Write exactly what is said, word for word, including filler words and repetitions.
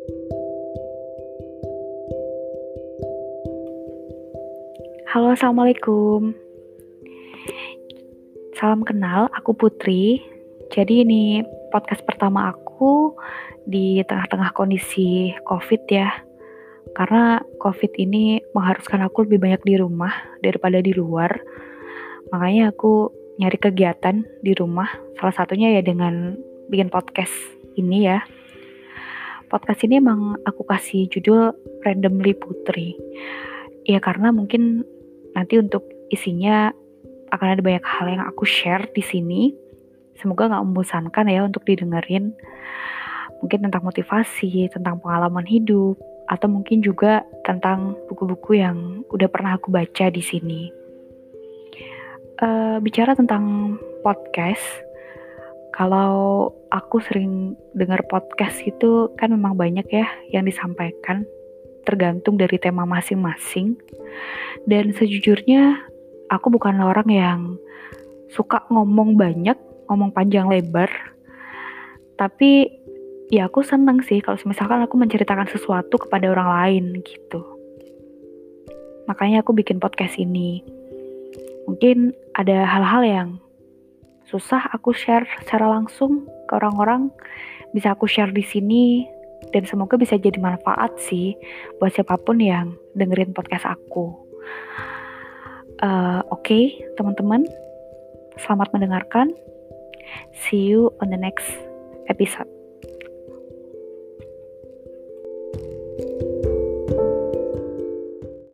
Halo, assalamualaikum. Salam kenal, aku Putri. Jadi ini podcast pertama aku di tengah-tengah kondisi COVID ya. Karena COVID ini mengharuskan aku lebih banyak di rumah daripada di luar. Makanya aku nyari kegiatan di rumah. Salah satunya ya dengan bikin podcast ini ya. Podcast ini emang aku kasih judul Randomly Putri. Ya karena mungkin nanti untuk isinya akan ada banyak hal yang aku share di sini. Semoga nggak membosankan ya untuk didengerin. Mungkin tentang motivasi, tentang pengalaman hidup, atau mungkin juga tentang buku-buku yang udah pernah aku baca di sini. Uh, bicara tentang podcast, kalau aku sering dengar podcast itu kan memang banyak ya yang disampaikan, tergantung dari tema masing-masing. Dan sejujurnya aku bukan orang yang suka ngomong banyak, ngomong panjang lebar. Tapi ya aku seneng sih kalau misalkan aku menceritakan sesuatu kepada orang lain gitu. Makanya aku bikin podcast ini. Mungkin ada hal-hal yang susah aku share secara langsung ke orang-orang, bisa aku share di sini dan semoga bisa jadi manfaat sih buat siapapun yang dengerin podcast aku. Uh, Oke, okay, teman-teman, selamat mendengarkan. See you on the next episode.